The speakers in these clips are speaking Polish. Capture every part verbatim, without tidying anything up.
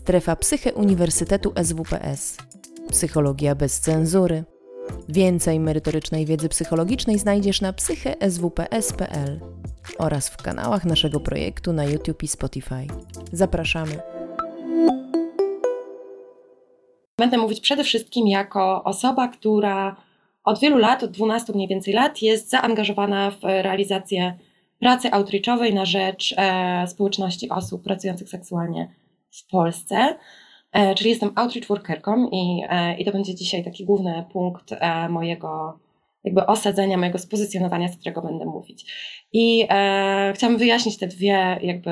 Strefa Psyche Uniwersytetu S W P S. Psychologia bez cenzury. Więcej merytorycznej wiedzy psychologicznej znajdziesz na psyche s w p s kropka p l oraz w kanałach naszego projektu na YouTube i Spotify. Zapraszamy. Będę mówić przede wszystkim jako osoba, która od wielu lat, od dwunastu mniej więcej lat jest zaangażowana w realizację pracy outreachowej na rzecz e, społeczności osób pracujących seksualnie w Polsce. E, czyli jestem outreach workerką i, e, i to będzie dzisiaj taki główny punkt e, mojego jakby osadzenia, mojego spozycjonowania, z którego będę mówić. I e, chciałam wyjaśnić te dwie, jakby,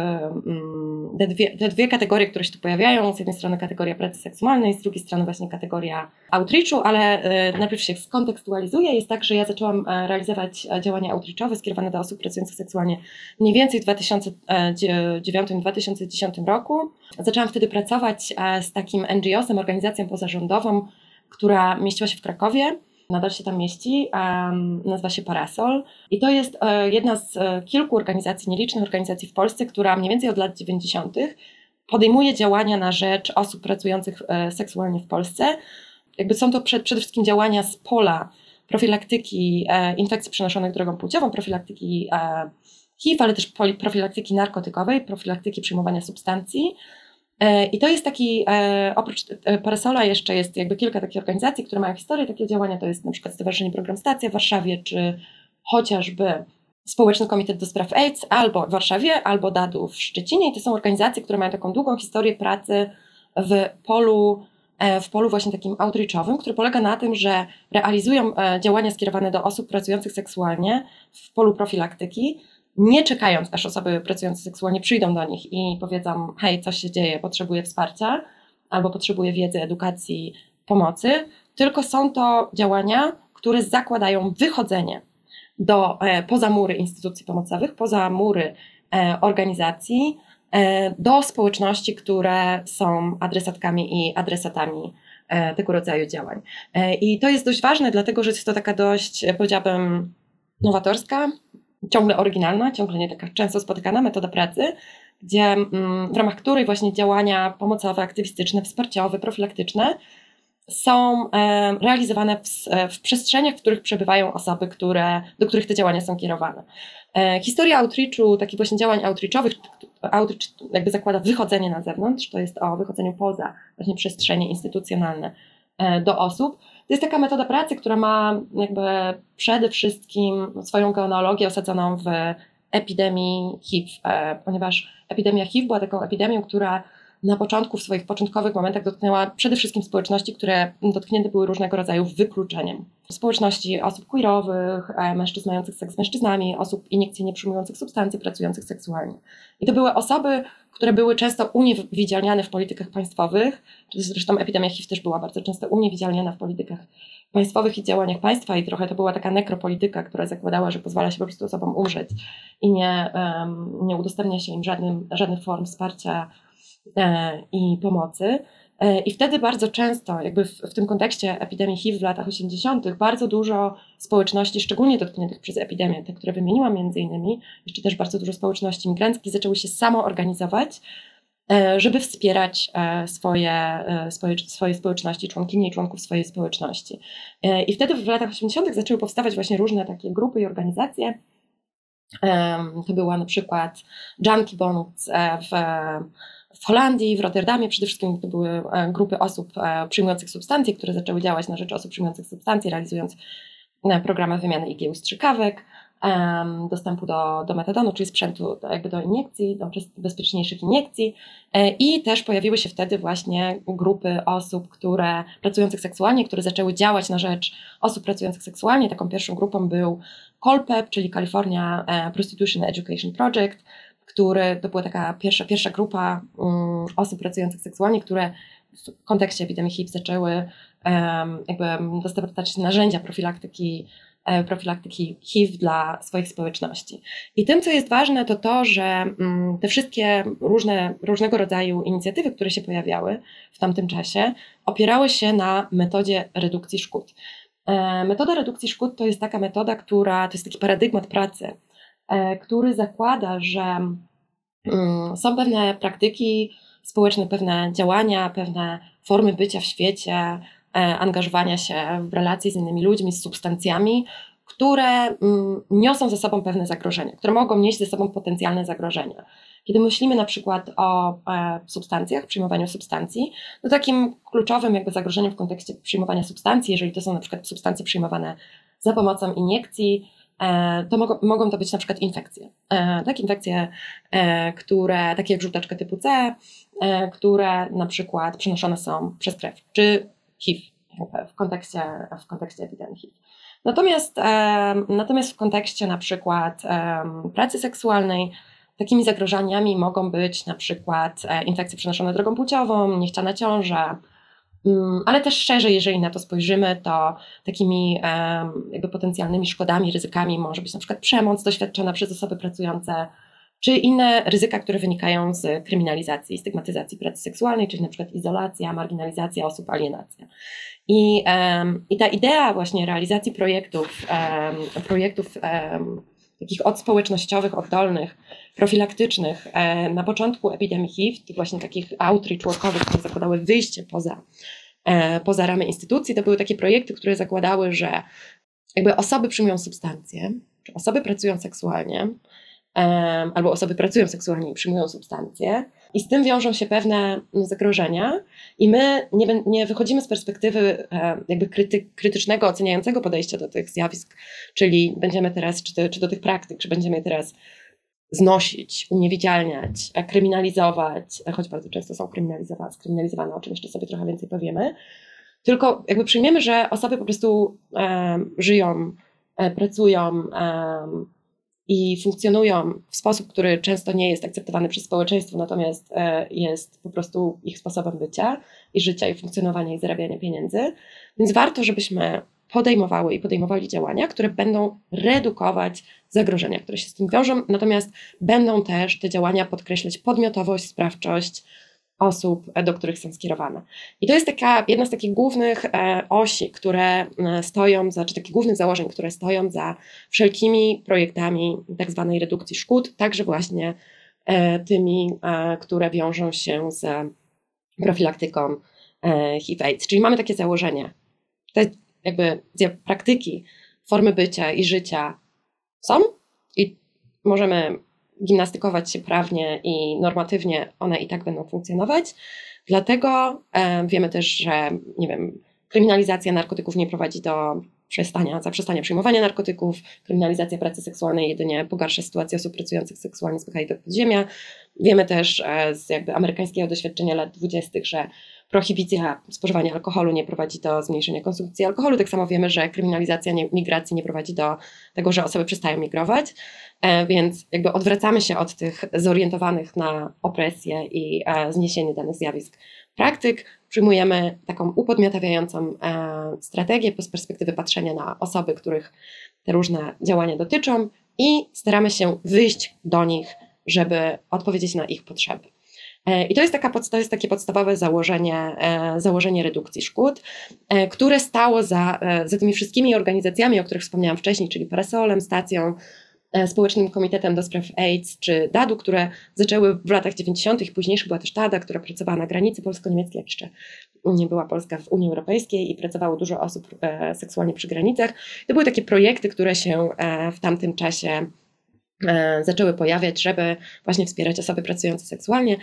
mm, te, dwie, te dwie kategorie, które się tu pojawiają. Z jednej strony kategoria pracy seksualnej, z drugiej strony właśnie kategoria outreachu, ale e, najpierw się skontekstualizuję. Jest tak, że ja zaczęłam e, realizować działania outreachowe skierowane do osób pracujących seksualnie mniej więcej w dwa tysiące dziewiątym do dwa tysiące dziesiątym roku. Zaczęłam wtedy pracować e, z takim N G O S-em, organizacją pozarządową, która mieściła się w Krakowie. Nadal się tam mieści, um, nazywa się Parasol i to jest e, jedna z e, kilku organizacji, nielicznych organizacji w Polsce, która mniej więcej od lat dziewięćdziesiątych podejmuje działania na rzecz osób pracujących e, seksualnie w Polsce. Jakby są to przed, przede wszystkim działania z pola profilaktyki e, infekcji przenoszonych drogą płciową, profilaktyki e, H I V, ale też profilaktyki narkotykowej, profilaktyki przyjmowania substancji. I to jest taki, oprócz Parasola jeszcze jest jakby kilka takich organizacji, które mają historię takiego działania, to jest na przykład Stowarzyszenie Program Stacja w Warszawie, czy chociażby Społeczny Komitet do Spraw AIDS albo w Warszawie, albo D A D u w Szczecinie. I to są organizacje, które mają taką długą historię pracy w polu, w polu właśnie takim outreachowym, który polega na tym, że realizują działania skierowane do osób pracujących seksualnie w polu profilaktyki, nie czekając, aż osoby pracujące seksualnie przyjdą do nich i powiedzą: hej, coś się dzieje, potrzebuję wsparcia, albo potrzebuję wiedzy, edukacji, pomocy, tylko są to działania, które zakładają wychodzenie do, e, poza mury instytucji pomocowych, poza mury e, organizacji, e, do społeczności, które są adresatkami i adresatami e, tego rodzaju działań. E, I to jest dość ważne, dlatego że jest to taka dość, powiedziałabym, nowatorska, ciągle oryginalna, ciągle nie taka często spotykana metoda pracy, gdzie mm, w ramach której właśnie działania pomocowe, aktywistyczne, wsparciowe, profilaktyczne są e, realizowane w, w przestrzeniach, w których przebywają osoby, które, do których te działania są kierowane. E, historia outreachu, takich właśnie działań outreachowych, outreach jakby zakłada wychodzenie na zewnątrz, to jest o wychodzeniu poza właśnie przestrzenie instytucjonalne e, do osób. To jest taka metoda pracy, która ma jakby przede wszystkim swoją genealogię osadzoną w epidemii H I V, ponieważ epidemia H I V była taką epidemią, która na początku, w swoich początkowych momentach dotknęła przede wszystkim społeczności, które dotknięte były różnego rodzaju wykluczeniem. Społeczności osób queerowych, mężczyzn mających seks z mężczyznami, osób iniekcyjnie przyjmujących substancje, pracujących seksualnie. I to były osoby, które były często uniewidzialniane w politykach państwowych, zresztą epidemia H I V też była bardzo często uniewidzialniana w politykach państwowych i działaniach państwa i trochę to była taka nekropolityka, która zakładała, że pozwala się po prostu osobom umrzeć i nie, um, nie udostępnia się im żadnym, żadnych form wsparcia e, i pomocy. E, I wtedy bardzo często, jakby w, w tym kontekście epidemii H I V w latach osiemdziesiątych bardzo dużo społeczności, szczególnie dotkniętych przez epidemię, te, które wymieniłam między innymi, jeszcze też bardzo dużo społeczności migranckich zaczęły się samoorganizować, żeby wspierać swoje, swoje, swoje społeczności, członkinie i członków swojej społeczności. I wtedy w latach osiemdziesiątych zaczęły powstawać właśnie różne takie grupy i organizacje. To była na przykład Junkie Bond w, w Holandii, w Rotterdamie. Przede wszystkim to były grupy osób przyjmujących substancje, które zaczęły działać na rzecz osób przyjmujących substancje, realizując programy wymiany igieł i strzykawek, Um, dostępu do, do metadonu, czyli sprzętu do, jakby do iniekcji, do bezpieczniejszych iniekcji i też pojawiły się wtedy właśnie grupy osób, które pracujących seksualnie, które zaczęły działać na rzecz osób pracujących seksualnie. Taką pierwszą grupą był COLPEP, czyli California Prostitution Education Project, który to była taka pierwsza, pierwsza grupa um, osób pracujących seksualnie, które w kontekście epidemii H I V zaczęły um, jakby dostarczać narzędzia profilaktyki profilaktyki H I V dla swoich społeczności. I tym, co jest ważne, to to, że te wszystkie różne, różnego rodzaju inicjatywy, które się pojawiały w tamtym czasie, opierały się na metodzie redukcji szkód. Metoda redukcji szkód to jest taka metoda, która, to jest taki paradygmat pracy, który zakłada, że są pewne praktyki, społeczne pewne działania, pewne formy bycia w świecie, angażowania się w relacje z innymi ludźmi, z substancjami, które niosą ze sobą pewne zagrożenia, które mogą nieść ze sobą potencjalne zagrożenia. Kiedy myślimy na przykład o substancjach, przyjmowaniu substancji, to takim kluczowym jakby zagrożeniem w kontekście przyjmowania substancji, jeżeli to są na przykład substancje przyjmowane za pomocą iniekcji, to mogą, mogą to być na przykład infekcje. Tak, infekcje, które, takie jak żółtaczka typu C, które na przykład przenoszone są przez krew, czy H I V w kontekście, w kontekście epidemii H I V. Natomiast, natomiast w kontekście na przykład pracy seksualnej takimi zagrożeniami mogą być na przykład infekcje przenoszone drogą płciową, niechciana ciąża, ale też szerzej, jeżeli na to spojrzymy, to takimi jakby potencjalnymi szkodami, ryzykami może być na przykład przemoc doświadczona przez osoby pracujące, czy inne ryzyka, które wynikają z kryminalizacji, stygmatyzacji pracy seksualnej, czyli na przykład izolacja, marginalizacja osób, alienacja. I, um, i ta idea właśnie realizacji projektów, um, projektów um, takich odspołecznościowych, oddolnych, profilaktycznych um, na początku epidemii H I V, tych właśnie takich outreach workowych, które zakładały wyjście poza, um, poza ramy instytucji, to były takie projekty, które zakładały, że jakby osoby przyjmują substancje, czy osoby pracują seksualnie, Um, albo osoby pracują seksualnie i przyjmują substancje i z tym wiążą się pewne zagrożenia i my nie, nie wychodzimy z perspektywy um, jakby kryty, krytycznego, oceniającego podejścia do tych zjawisk, czyli będziemy teraz, czy, to, czy do tych praktyk, czy będziemy je teraz znosić, uniewidzialniać, kryminalizować, choć bardzo często są kryminalizowane, skryminalizowane, o czym jeszcze sobie trochę więcej powiemy, tylko jakby przyjmiemy, że osoby po prostu um, żyją, um, pracują, um, i funkcjonują w sposób, który często nie jest akceptowany przez społeczeństwo, natomiast jest po prostu ich sposobem bycia i życia i funkcjonowania i zarabiania pieniędzy. Więc warto, żebyśmy podejmowały i podejmowali działania, które będą redukować zagrożenia, które się z tym wiążą, natomiast będą też te działania podkreślać podmiotowość, sprawczość osób, do których są skierowane. I to jest taka, jedna z takich głównych e, osi, które stoją za, czy takich głównych założeń, które stoją za wszelkimi projektami tak zwanej redukcji szkód, także właśnie e, tymi, e, które wiążą się z profilaktyką e, H I V AIDS. Czyli mamy takie założenie, te jakby praktyki, formy bycia i życia są i możemy gimnastykować się prawnie i normatywnie, one i tak będą funkcjonować. Dlatego e, wiemy też, że nie wiem, kryminalizacja narkotyków nie prowadzi do przestania, zaprzestania przyjmowania narkotyków, kryminalizacja pracy seksualnej jedynie pogarsza sytuację osób pracujących seksualnie, spycha do podziemia. Wiemy też e, z jakby amerykańskiego doświadczenia lat dwudziestych, że prohibicja spożywania alkoholu nie prowadzi do zmniejszenia konsumpcji alkoholu. Tak samo wiemy, że kryminalizacja nie, migracji nie prowadzi do tego, że osoby przestają migrować. E, więc jakby odwracamy się od tych zorientowanych na opresję i e, zniesienie danych zjawisk praktyk. Przyjmujemy taką upodmiotawiającą e, strategię z perspektywy patrzenia na osoby, których te różne działania dotyczą i staramy się wyjść do nich, żeby odpowiedzieć na ich potrzeby. I to jest, taka, to jest takie podstawowe założenie, założenie redukcji szkód, które stało za, za tymi wszystkimi organizacjami, o których wspomniałam wcześniej, czyli Parasolem, Stacją, Społecznym Komitetem do Spraw AIDS czy dadu, które zaczęły w latach dziewięćdziesiątych i późniejszych była też Tada, która pracowała na granicy polsko-niemieckiej, jak jeszcze nie była Polska w Unii Europejskiej i pracowało dużo osób seksualnie przy granicach. To były takie projekty, które się w tamtym czasie zaczęły pojawiać, żeby właśnie wspierać osoby pracujące seksualnie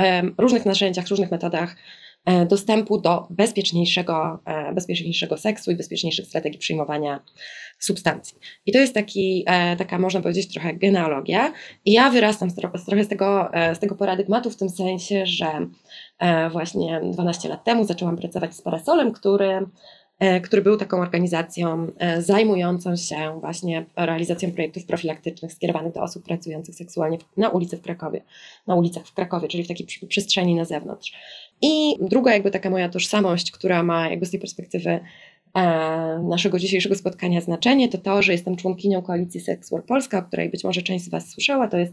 w różnych narzędziach, różnych metodach dostępu do bezpieczniejszego, bezpieczniejszego seksu i bezpieczniejszych strategii przyjmowania substancji. I to jest taki, taka, można powiedzieć, trochę genealogia. I ja wyrastam z trochę z tego, z tego paradygmatu w tym sensie, że właśnie dwanaście lat temu zaczęłam pracować z Parasolem, który który był taką organizacją zajmującą się właśnie realizacją projektów profilaktycznych skierowanych do osób pracujących seksualnie na ulicy w Krakowie, na ulicach w Krakowie, czyli w takiej przestrzeni na zewnątrz. I druga jakby taka moja tożsamość, która ma jakby z tej perspektywy naszego dzisiejszego spotkania znaczenie, to to, że jestem członkinią koalicji Sex Work Polska, o której być może część z Was słyszała. To jest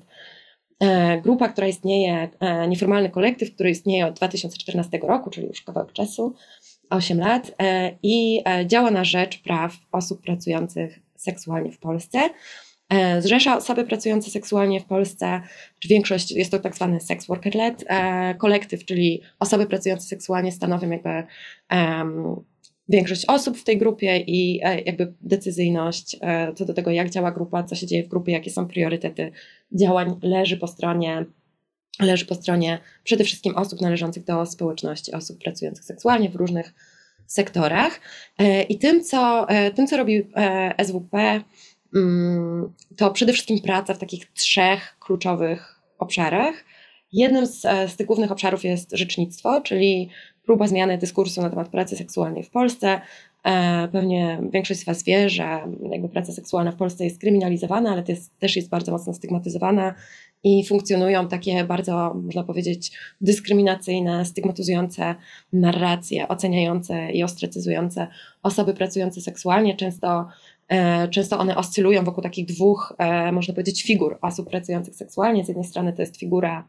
grupa, która istnieje, nieformalny kolektyw, który istnieje od dwa tysiące czternastego roku, czyli już kawałek czasu, osiem lat i działa na rzecz praw osób pracujących seksualnie w Polsce. Zrzesza osoby pracujące seksualnie w Polsce, czy większość, jest to tak zwany sex worker-led kolektyw, czyli osoby pracujące seksualnie stanowią jakby um, większość osób w tej grupie i jakby decyzyjność co do tego, jak działa grupa, co się dzieje w grupie, jakie są priorytety działań, leży po stronie leży po stronie przede wszystkim osób należących do społeczności, osób pracujących seksualnie w różnych sektorach. I tym, co, tym, co robi S W P, to przede wszystkim praca w takich trzech kluczowych obszarach. Jednym z, z tych głównych obszarów jest rzecznictwo, czyli próba zmiany dyskursu na temat pracy seksualnej w Polsce. Pewnie większość z Was wie, że jakby praca seksualna w Polsce jest kryminalizowana, ale to jest, też jest bardzo mocno stygmatyzowana i funkcjonują takie bardzo, można powiedzieć, dyskryminacyjne, stygmatyzujące narracje, oceniające i ostrecyzujące osoby pracujące seksualnie. Często, często one oscylują wokół takich dwóch, można powiedzieć, figur osób pracujących seksualnie. Z jednej strony to jest figura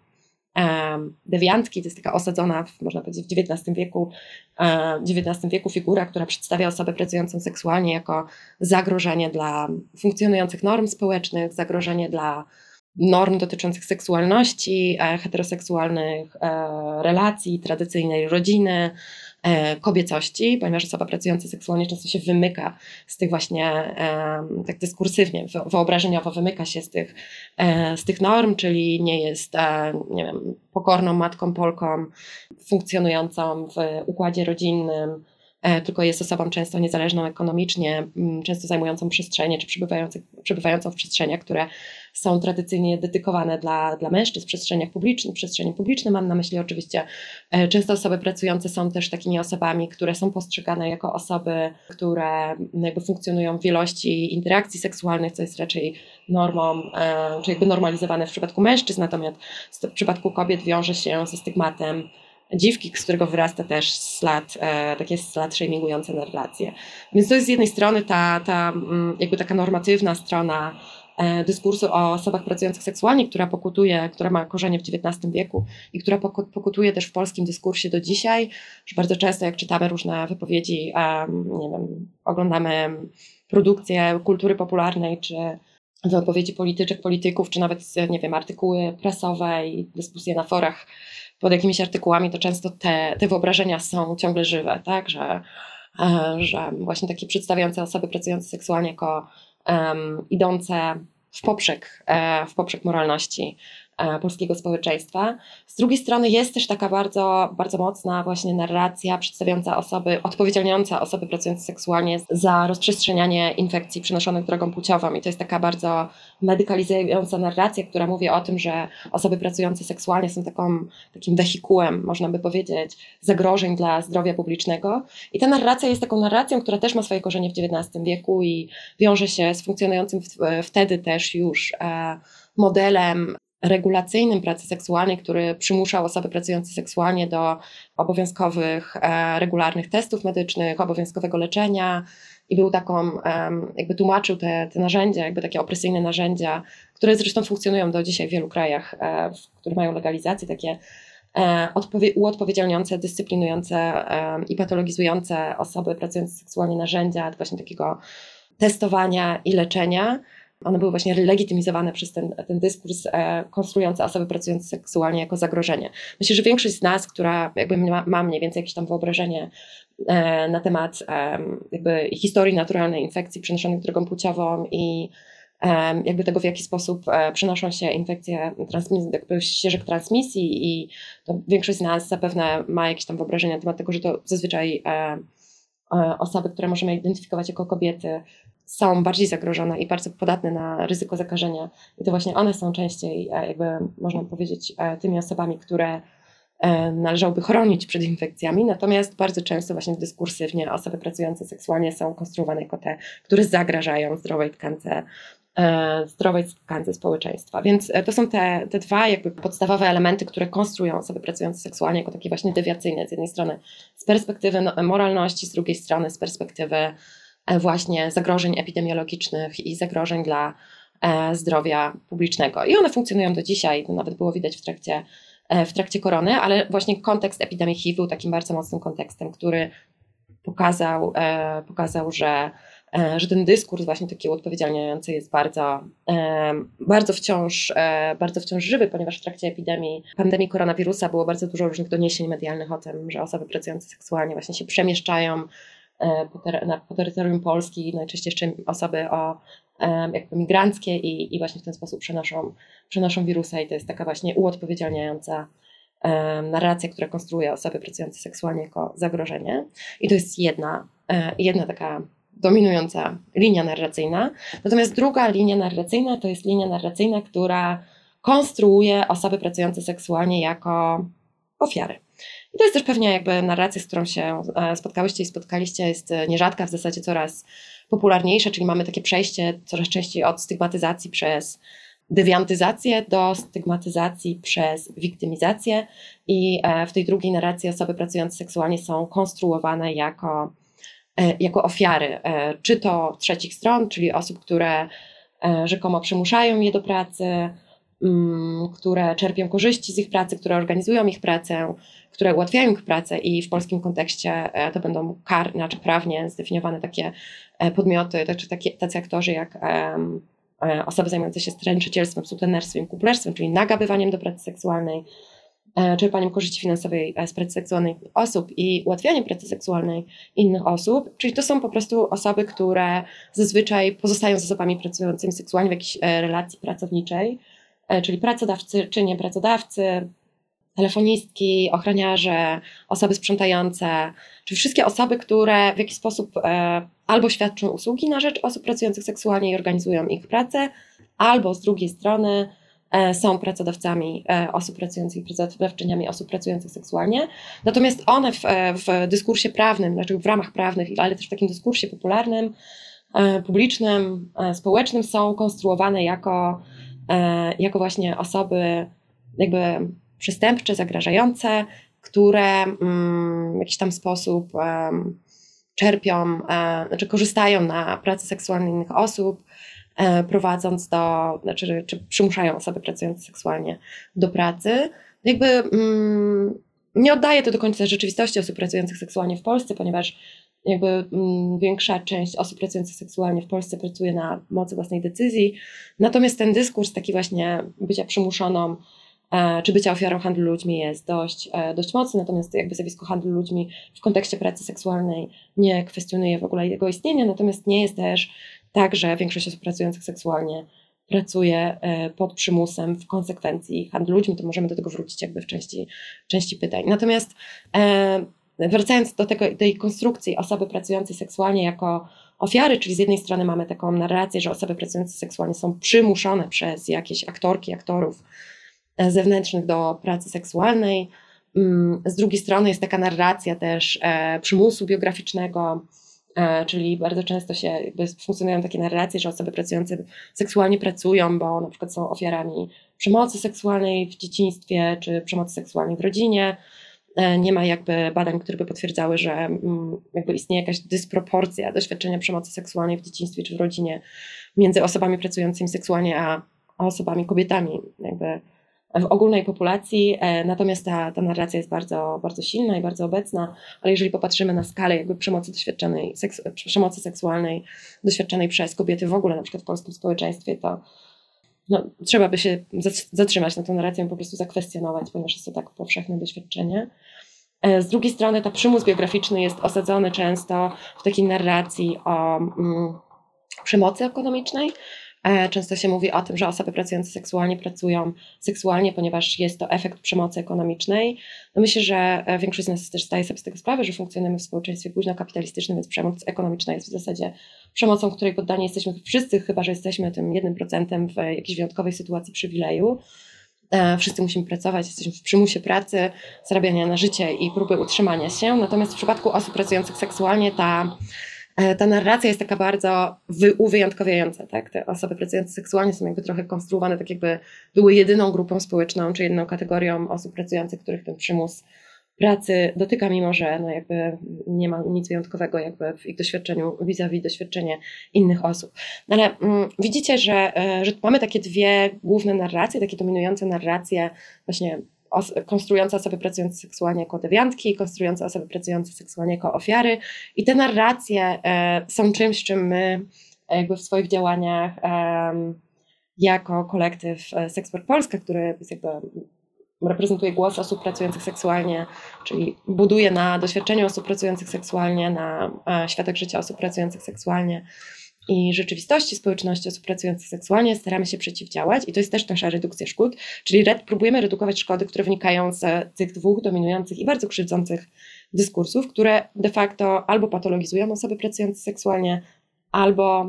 dewiantki, to jest taka osadzona, w, można powiedzieć, w dziewiętnastym wieku, dziewiętnastym wieku figura, która przedstawia osobę pracującą seksualnie jako zagrożenie dla funkcjonujących norm społecznych, zagrożenie dla norm dotyczących seksualności, heteroseksualnych relacji, tradycyjnej rodziny, kobiecości, ponieważ osoba pracująca seksualnie często się wymyka z tych właśnie, tak dyskursywnie, wyobrażeniowo wymyka się z tych, z tych norm, czyli nie jest, nie wiem, pokorną matką Polką funkcjonującą w układzie rodzinnym, tylko jest osobą często niezależną ekonomicznie, często zajmującą przestrzenie, czy przebywającą, przebywającą w przestrzeniach, które są tradycyjnie dedykowane dla, dla mężczyzn, w przestrzeniach publicznych, w przestrzeni publicznej mam na myśli oczywiście. Często osoby pracujące są też takimi osobami, które są postrzegane jako osoby, które jakby funkcjonują w wielości interakcji seksualnych, co jest raczej normą, czy jakby normalizowane w przypadku mężczyzn, natomiast w przypadku kobiet wiąże się ze stygmatem dziwki, z którego wyrasta też slat, e, takie slat shamingujące na relacje. Więc to jest z jednej strony ta, ta jakby taka normatywna strona e, dyskursu o osobach pracujących seksualnie, która pokutuje, która ma korzenie w dziewiętnastym wieku i która pokutuje też w polskim dyskursie do dzisiaj, że bardzo często jak czytamy różne wypowiedzi, e, nie wiem, oglądamy produkcje kultury popularnej, czy wypowiedzi polityczek, polityków, czy nawet, nie wiem, artykuły prasowe i dyskusje na forach pod jakimiś artykułami, to często te, te wyobrażenia są ciągle żywe, tak, że, że właśnie takie przedstawiające osoby pracujące seksualnie jako um, idące w poprzek, w poprzek moralności polskiego społeczeństwa. Z drugiej strony jest też taka bardzo, bardzo mocna właśnie narracja przedstawiająca osoby, odpowiedzialniająca osoby pracujące seksualnie za rozprzestrzenianie infekcji przenoszonych drogą płciową i to jest taka bardzo medykalizująca narracja, która mówi o tym, że osoby pracujące seksualnie są taką, takim wehikułem, można by powiedzieć, zagrożeń dla zdrowia publicznego i ta narracja jest taką narracją, która też ma swoje korzenie w dziewiętnastym wieku i wiąże się z funkcjonującym w, wtedy też już e, modelem regulacyjnym pracy seksualnej, który przymuszał osoby pracujące seksualnie do obowiązkowych, e, regularnych testów medycznych, obowiązkowego leczenia i był taką, e, jakby tłumaczył te, te narzędzia, jakby takie opresyjne narzędzia, które zresztą funkcjonują do dzisiaj w wielu krajach, e, w, które mają legalizację, takie e, odpowie- uodpowiedzialniające, dyscyplinujące e, i patologizujące osoby pracujące seksualnie narzędzia właśnie takiego testowania i leczenia. One były właśnie legitymizowane przez ten, ten dyskurs e, konstruujący osoby pracujące seksualnie jako zagrożenie. Myślę, że większość z nas, która jakby ma, ma mniej więcej jakieś tam wyobrażenie e, na temat e, jakby historii naturalnej infekcji przenoszonych drogą płciową i e, jakby tego, w jaki sposób e, przenoszą się infekcje transmis- jakby ścieżek transmisji i to większość z nas zapewne ma jakieś tam wyobrażenie na temat tego, że to zazwyczaj e, e, osoby, które możemy identyfikować jako kobiety, są bardziej zagrożone i bardzo podatne na ryzyko zakażenia i to właśnie one są częściej, jakby można powiedzieć, tymi osobami, które należałoby chronić przed infekcjami, natomiast bardzo często właśnie dyskursywnie osoby pracujące seksualnie są konstruowane jako te, które zagrażają zdrowej tkance, zdrowej tkance społeczeństwa. Więc to są te, te dwa jakby podstawowe elementy, które konstruują osoby pracujące seksualnie jako takie właśnie dewiacyjne, z jednej strony z perspektywy moralności, z drugiej strony z perspektywy właśnie zagrożeń epidemiologicznych i zagrożeń dla e, zdrowia publicznego. I one funkcjonują do dzisiaj, to nawet było widać w trakcie, e, w trakcie korony, ale właśnie kontekst epidemii H I V był takim bardzo mocnym kontekstem, który pokazał, e, pokazał że że ten dyskurs właśnie taki uodpowiedzialniający jest bardzo, bardzo wciąż, bardzo wciąż żywy, ponieważ w trakcie epidemii, pandemii koronawirusa było bardzo dużo różnych doniesień medialnych o tym, że osoby pracujące seksualnie właśnie się przemieszczają po, ter- na, po terytorium Polski, najczęściej jeszcze osoby o jakby migranckie i, i właśnie w ten sposób przenoszą, przenoszą wirusa i to jest taka właśnie uodpowiedzialniająca narracja, która konstruuje osoby pracujące seksualnie jako zagrożenie. I to jest jedna, jedna taka dominująca linia narracyjna. Natomiast druga linia narracyjna to jest linia narracyjna, która konstruuje osoby pracujące seksualnie jako ofiary. I to jest też pewnie jakby narracja, z którą się spotkałyście i spotkaliście, jest nierzadka, w zasadzie coraz popularniejsza, czyli mamy takie przejście coraz częściej od stygmatyzacji przez dewiantyzację do stygmatyzacji przez wiktymizację i w tej drugiej narracji osoby pracujące seksualnie są konstruowane jako, jako ofiary, czy to trzecich stron, czyli osób, które rzekomo przymuszają je do pracy, które czerpią korzyści z ich pracy, które organizują ich pracę, które ułatwiają ich pracę i w polskim kontekście to będą kar, znaczy prawnie zdefiniowane takie podmioty, znaczy takie, tacy aktorzy jak osoby zajmujące się stręczycielstwem, sutenerstwem, kuplerstwem, czyli nagabywaniem do pracy seksualnej, czerpaniem korzyści finansowej z pracy seksualnej osób i ułatwianiem pracy seksualnej innych osób, czyli to są po prostu osoby, które zazwyczaj pozostają z osobami pracującymi seksualnie w jakiejś relacji pracowniczej, czyli pracodawcy czy nie pracodawcy, telefonistki, ochroniarze, osoby sprzątające, czyli wszystkie osoby, które w jakiś sposób albo świadczą usługi na rzecz osób pracujących seksualnie i organizują ich pracę, albo z drugiej strony są pracodawcami osób pracujących, pracodawczyniami osób pracujących seksualnie. Natomiast one w, w dyskursie prawnym, znaczy w ramach prawnych, ale też w takim dyskursie popularnym, publicznym, społecznym są konstruowane jako, jako właśnie osoby jakby przestępcze, zagrażające, które w jakiś tam sposób czerpią, znaczy korzystają na pracy seksualnej innych osób, prowadząc do, znaczy czy przymuszają osoby pracujące seksualnie do pracy. Jakby mm, nie oddaje to do końca rzeczywistości osób pracujących seksualnie w Polsce, ponieważ jakby mm, większa część osób pracujących seksualnie w Polsce pracuje na mocy własnej decyzji. Natomiast ten dyskurs taki właśnie bycia przymuszoną czy bycia ofiarą handlu ludźmi jest dość, dość mocny, natomiast jakby zjawisko handlu ludźmi w kontekście pracy seksualnej nie kwestionuje w ogóle jego istnienia, natomiast nie jest też tak, że większość osób pracujących seksualnie pracuje pod przymusem w konsekwencji handlu ludźmi, to możemy do tego wrócić jakby w części, części pytań. Natomiast wracając do tego, tej konstrukcji osoby pracującej seksualnie jako ofiary, czyli z jednej strony mamy taką narrację, że osoby pracujące seksualnie są przymuszone przez jakieś aktorki, aktorów zewnętrznych do pracy seksualnej. Z drugiej strony jest taka narracja też przymusu biograficznego, czyli bardzo często się jakby funkcjonują takie narracje, że osoby pracujące seksualnie pracują, bo na przykład są ofiarami przemocy seksualnej w dzieciństwie, czy przemocy seksualnej w rodzinie. Nie ma jakby badań, które by potwierdzały, że jakby istnieje jakaś dysproporcja doświadczenia przemocy seksualnej w dzieciństwie czy w rodzinie między osobami pracującymi seksualnie, a osobami, kobietami jakby w ogólnej populacji, natomiast ta, ta narracja jest bardzo, bardzo silna i bardzo obecna, ale jeżeli popatrzymy na skalę jakby przemocy doświadczonej, seks, przemocy seksualnej doświadczonej przez kobiety w ogóle, na przykład w polskim społeczeństwie, to no, trzeba by się zatrzymać na tą narrację i po prostu zakwestionować, ponieważ jest to tak powszechne doświadczenie. Z drugiej strony ta przymus biograficzny jest osadzony często w takiej narracji o mm, przemocy ekonomicznej. Często się mówi o tym, że osoby pracujące seksualnie pracują seksualnie, ponieważ jest to efekt przemocy ekonomicznej. No myślę, że większość z nas też zdaje sobie z tego sprawę, że funkcjonujemy w społeczeństwie późnokapitalistycznym, więc przemoc ekonomiczna jest w zasadzie przemocą, której poddani jesteśmy wszyscy, chyba że jesteśmy tym jednym procentem w jakiejś wyjątkowej sytuacji przywileju. Wszyscy musimy pracować, jesteśmy w przymusie pracy, zarabiania na życie i próby utrzymania się. Natomiast w przypadku osób pracujących seksualnie ta Ta narracja jest taka bardzo wy, uwyjątkowiająca, tak? Te osoby pracujące seksualnie są jakby trochę konstruowane tak jakby były jedyną grupą społeczną, czy jedną kategorią osób pracujących, których ten przymus pracy dotyka, mimo że no jakby nie ma nic wyjątkowego jakby w ich doświadczeniu vis-a-vis doświadczenie innych osób. Ale mm, widzicie, że, że mamy takie dwie główne narracje, takie dominujące narracje właśnie os- konstruujące osoby pracujące seksualnie jako dewiantki, konstruujące osoby pracujące seksualnie jako ofiary. I te narracje e, są czymś, czym my jakby w swoich działaniach e, jako kolektyw Sex Work Polska, który jest jakby reprezentuje głos osób pracujących seksualnie, czyli buduje na doświadczeniu osób pracujących seksualnie, na e, światach życia osób pracujących seksualnie i rzeczywistości społeczności osób pracujących seksualnie, staramy się przeciwdziałać i to jest też nasza redukcja szkód, czyli red, próbujemy redukować szkody, które wynikają z tych dwóch dominujących i bardzo krzywdzących dyskursów, które de facto albo patologizują osoby pracujące seksualnie, albo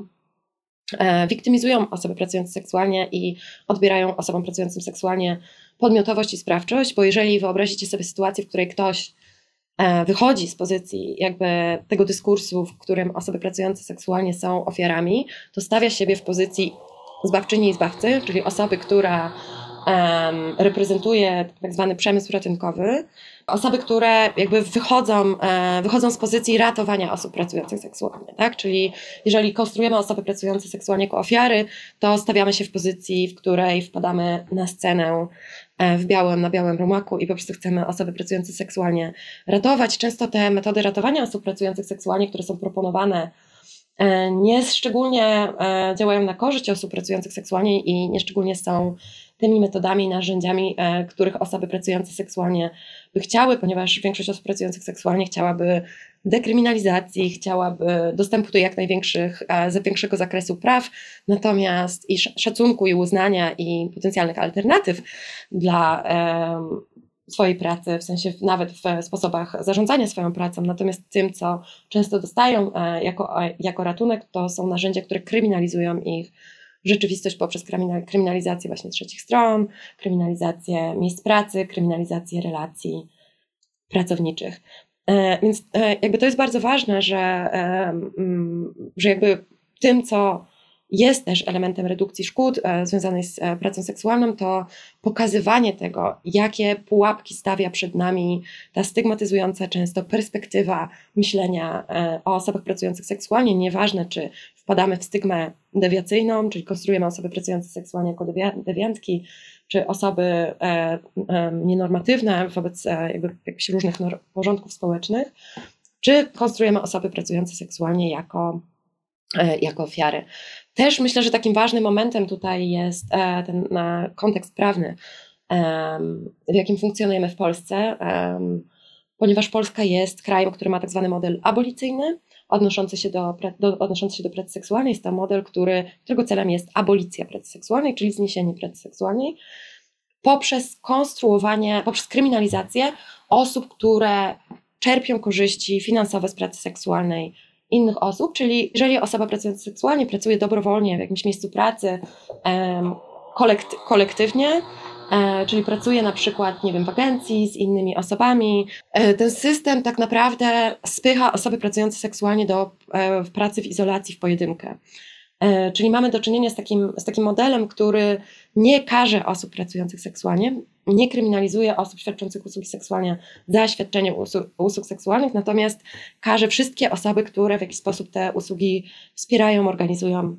e, wiktymizują osoby pracujące seksualnie i odbierają osobom pracującym seksualnie podmiotowość i sprawczość, bo jeżeli wyobrazicie sobie sytuację, w której ktoś wychodzi z pozycji jakby tego dyskursu, w którym osoby pracujące seksualnie są ofiarami, to stawia siebie w pozycji zbawczyni i zbawcy, czyli osoby, która um, reprezentuje tak zwany przemysł ratunkowy, osoby, które jakby wychodzą, e, wychodzą z pozycji ratowania osób pracujących seksualnie, tak? Czyli jeżeli konstruujemy osoby pracujące seksualnie jako ofiary, to stawiamy się w pozycji, w której wpadamy na scenę w białym, na białym rumaku i po prostu chcemy osoby pracujące seksualnie ratować. Często te metody ratowania osób pracujących seksualnie, które są proponowane, nie szczególnie działają na korzyść osób pracujących seksualnie i nie szczególnie są tymi metodami i narzędziami, których osoby pracujące seksualnie by chciały, ponieważ większość osób pracujących seksualnie chciałaby dekryminalizacji, chciałaby dostępu do jak największych, za większego zakresu praw, natomiast i szacunku i uznania i potencjalnych alternatyw dla um, swojej pracy, w sensie nawet w sposobach zarządzania swoją pracą, natomiast tym, co często dostają jako, jako ratunek, to są narzędzia, które kryminalizują ich rzeczywistość poprzez kryminalizację właśnie trzecich stron, kryminalizację miejsc pracy, kryminalizację relacji pracowniczych. Więc jakby to jest bardzo ważne, że, że jakby tym, co jest też elementem redukcji szkód związanej z pracą seksualną, to pokazywanie tego, jakie pułapki stawia przed nami ta stygmatyzująca często perspektywa myślenia o osobach pracujących seksualnie, nieważne czy wpadamy w stygmę dewiacyjną, czyli konstruujemy osoby pracujące seksualnie jako dewiantki, czy osoby e, e, nienormatywne wobec e, jakby jakichś różnych nor- porządków społecznych, czy konstruujemy osoby pracujące seksualnie jako, e, jako ofiary. Też myślę, że takim ważnym momentem tutaj jest e, ten e, kontekst prawny, e, w jakim funkcjonujemy w Polsce, e, ponieważ Polska jest krajem, który ma tak zwany model abolicyjny, odnoszący się do, do, odnoszący się do pracy seksualnej. Jest to model, który, którego celem jest abolicja pracy seksualnej, czyli zniesienie pracy seksualnej, poprzez konstruowanie, poprzez kryminalizację osób, które czerpią korzyści finansowe z pracy seksualnej innych osób, czyli jeżeli osoba pracująca seksualnie pracuje dobrowolnie w jakimś miejscu pracy um, kolekty, kolektywnie, e, czyli pracuje na przykład, nie wiem, w agencji z innymi osobami, e, ten system tak naprawdę spycha osoby pracujące seksualnie do e, pracy w izolacji, w pojedynkę. E, czyli mamy do czynienia z takim, z takim modelem, który nie karze osób pracujących seksualnie, nie kryminalizuje osób świadczących usługi seksualne za świadczenie usług, usług seksualnych, natomiast karze wszystkie osoby, które w jakiś sposób te usługi wspierają, organizują,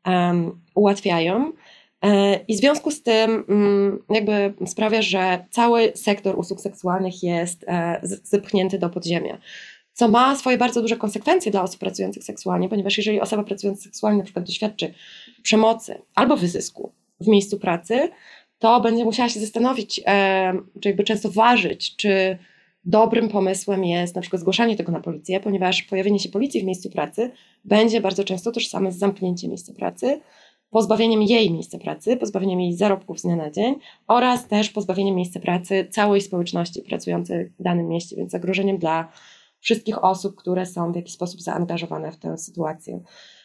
um, ułatwiają. I w związku z tym jakby sprawia, że cały sektor usług seksualnych jest zepchnięty do podziemia, co ma swoje bardzo duże konsekwencje dla osób pracujących seksualnie, ponieważ jeżeli osoba pracująca seksualnie na przykład doświadczy przemocy albo wyzysku w miejscu pracy, to będzie musiała się zastanowić, czy jakby często ważyć, czy dobrym pomysłem jest na przykład zgłaszanie tego na policję, ponieważ pojawienie się policji w miejscu pracy będzie bardzo często tożsame z zamknięciem miejsca pracy, pozbawieniem jej miejsca pracy, pozbawieniem jej zarobków z dnia na dzień oraz też pozbawieniem miejsca pracy całej społeczności pracującej w danym mieście, więc zagrożeniem dla wszystkich osób, które są w jakiś sposób zaangażowane w tę sytuację.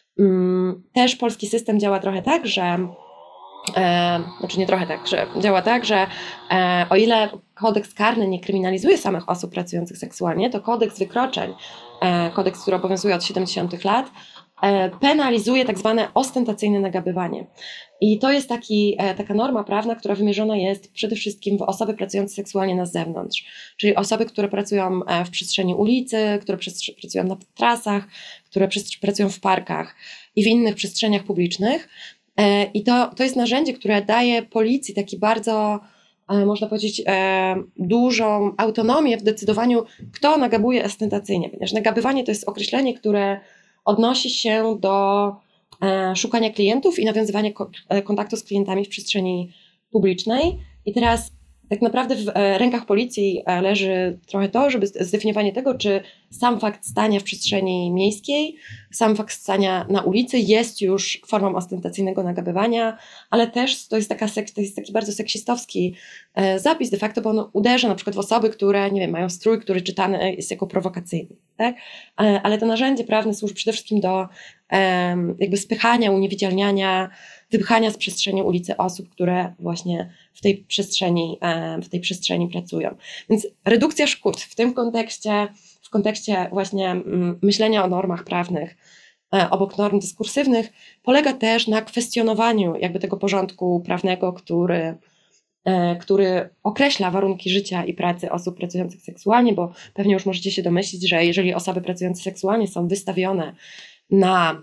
Też polski system działa trochę tak, że E, znaczy nie trochę tak, że działa tak, że e, o ile kodeks karny nie kryminalizuje samych osób pracujących seksualnie, to kodeks wykroczeń, e, kodeks, który obowiązuje od siedemdziesiątych lat, e, penalizuje tak zwane ostentacyjne nagabywanie. I to jest taki, e, taka norma prawna, która wymierzona jest przede wszystkim w osoby pracujące seksualnie na zewnątrz, czyli osoby, które pracują w przestrzeni ulicy, które pracują na trasach, które pracują w parkach i w innych przestrzeniach publicznych. I to, to jest narzędzie, które daje policji taki bardzo można powiedzieć, dużą autonomię w decydowaniu, kto nagabuje ostentacyjnie, ponieważ nagabywanie to jest określenie, które odnosi się do szukania klientów i nawiązywania kontaktu z klientami w przestrzeni publicznej. I teraz tak naprawdę w rękach policji leży trochę to, żeby zdefiniowanie tego, czy sam fakt stania w przestrzeni miejskiej, sam fakt stania na ulicy jest już formą ostentacyjnego nagabywania, ale też to jest, taka, to jest taki bardzo seksistowski zapis de facto, bo on uderza na przykład w osoby, które, nie wiem, mają strój, który czytany jest jako prowokacyjny, tak? Ale to narzędzie prawne służy przede wszystkim do jakby spychania, uniewidzialniania, wypchania z przestrzeni ulicy osób, które właśnie w tej przestrzeni, w tej przestrzeni pracują. Więc redukcja szkód w tym kontekście, w kontekście właśnie myślenia o normach prawnych, obok norm dyskursywnych, polega też na kwestionowaniu jakby tego porządku prawnego, który, który określa warunki życia i pracy osób pracujących seksualnie, bo pewnie już możecie się domyślić, że jeżeli osoby pracujące seksualnie są wystawione na,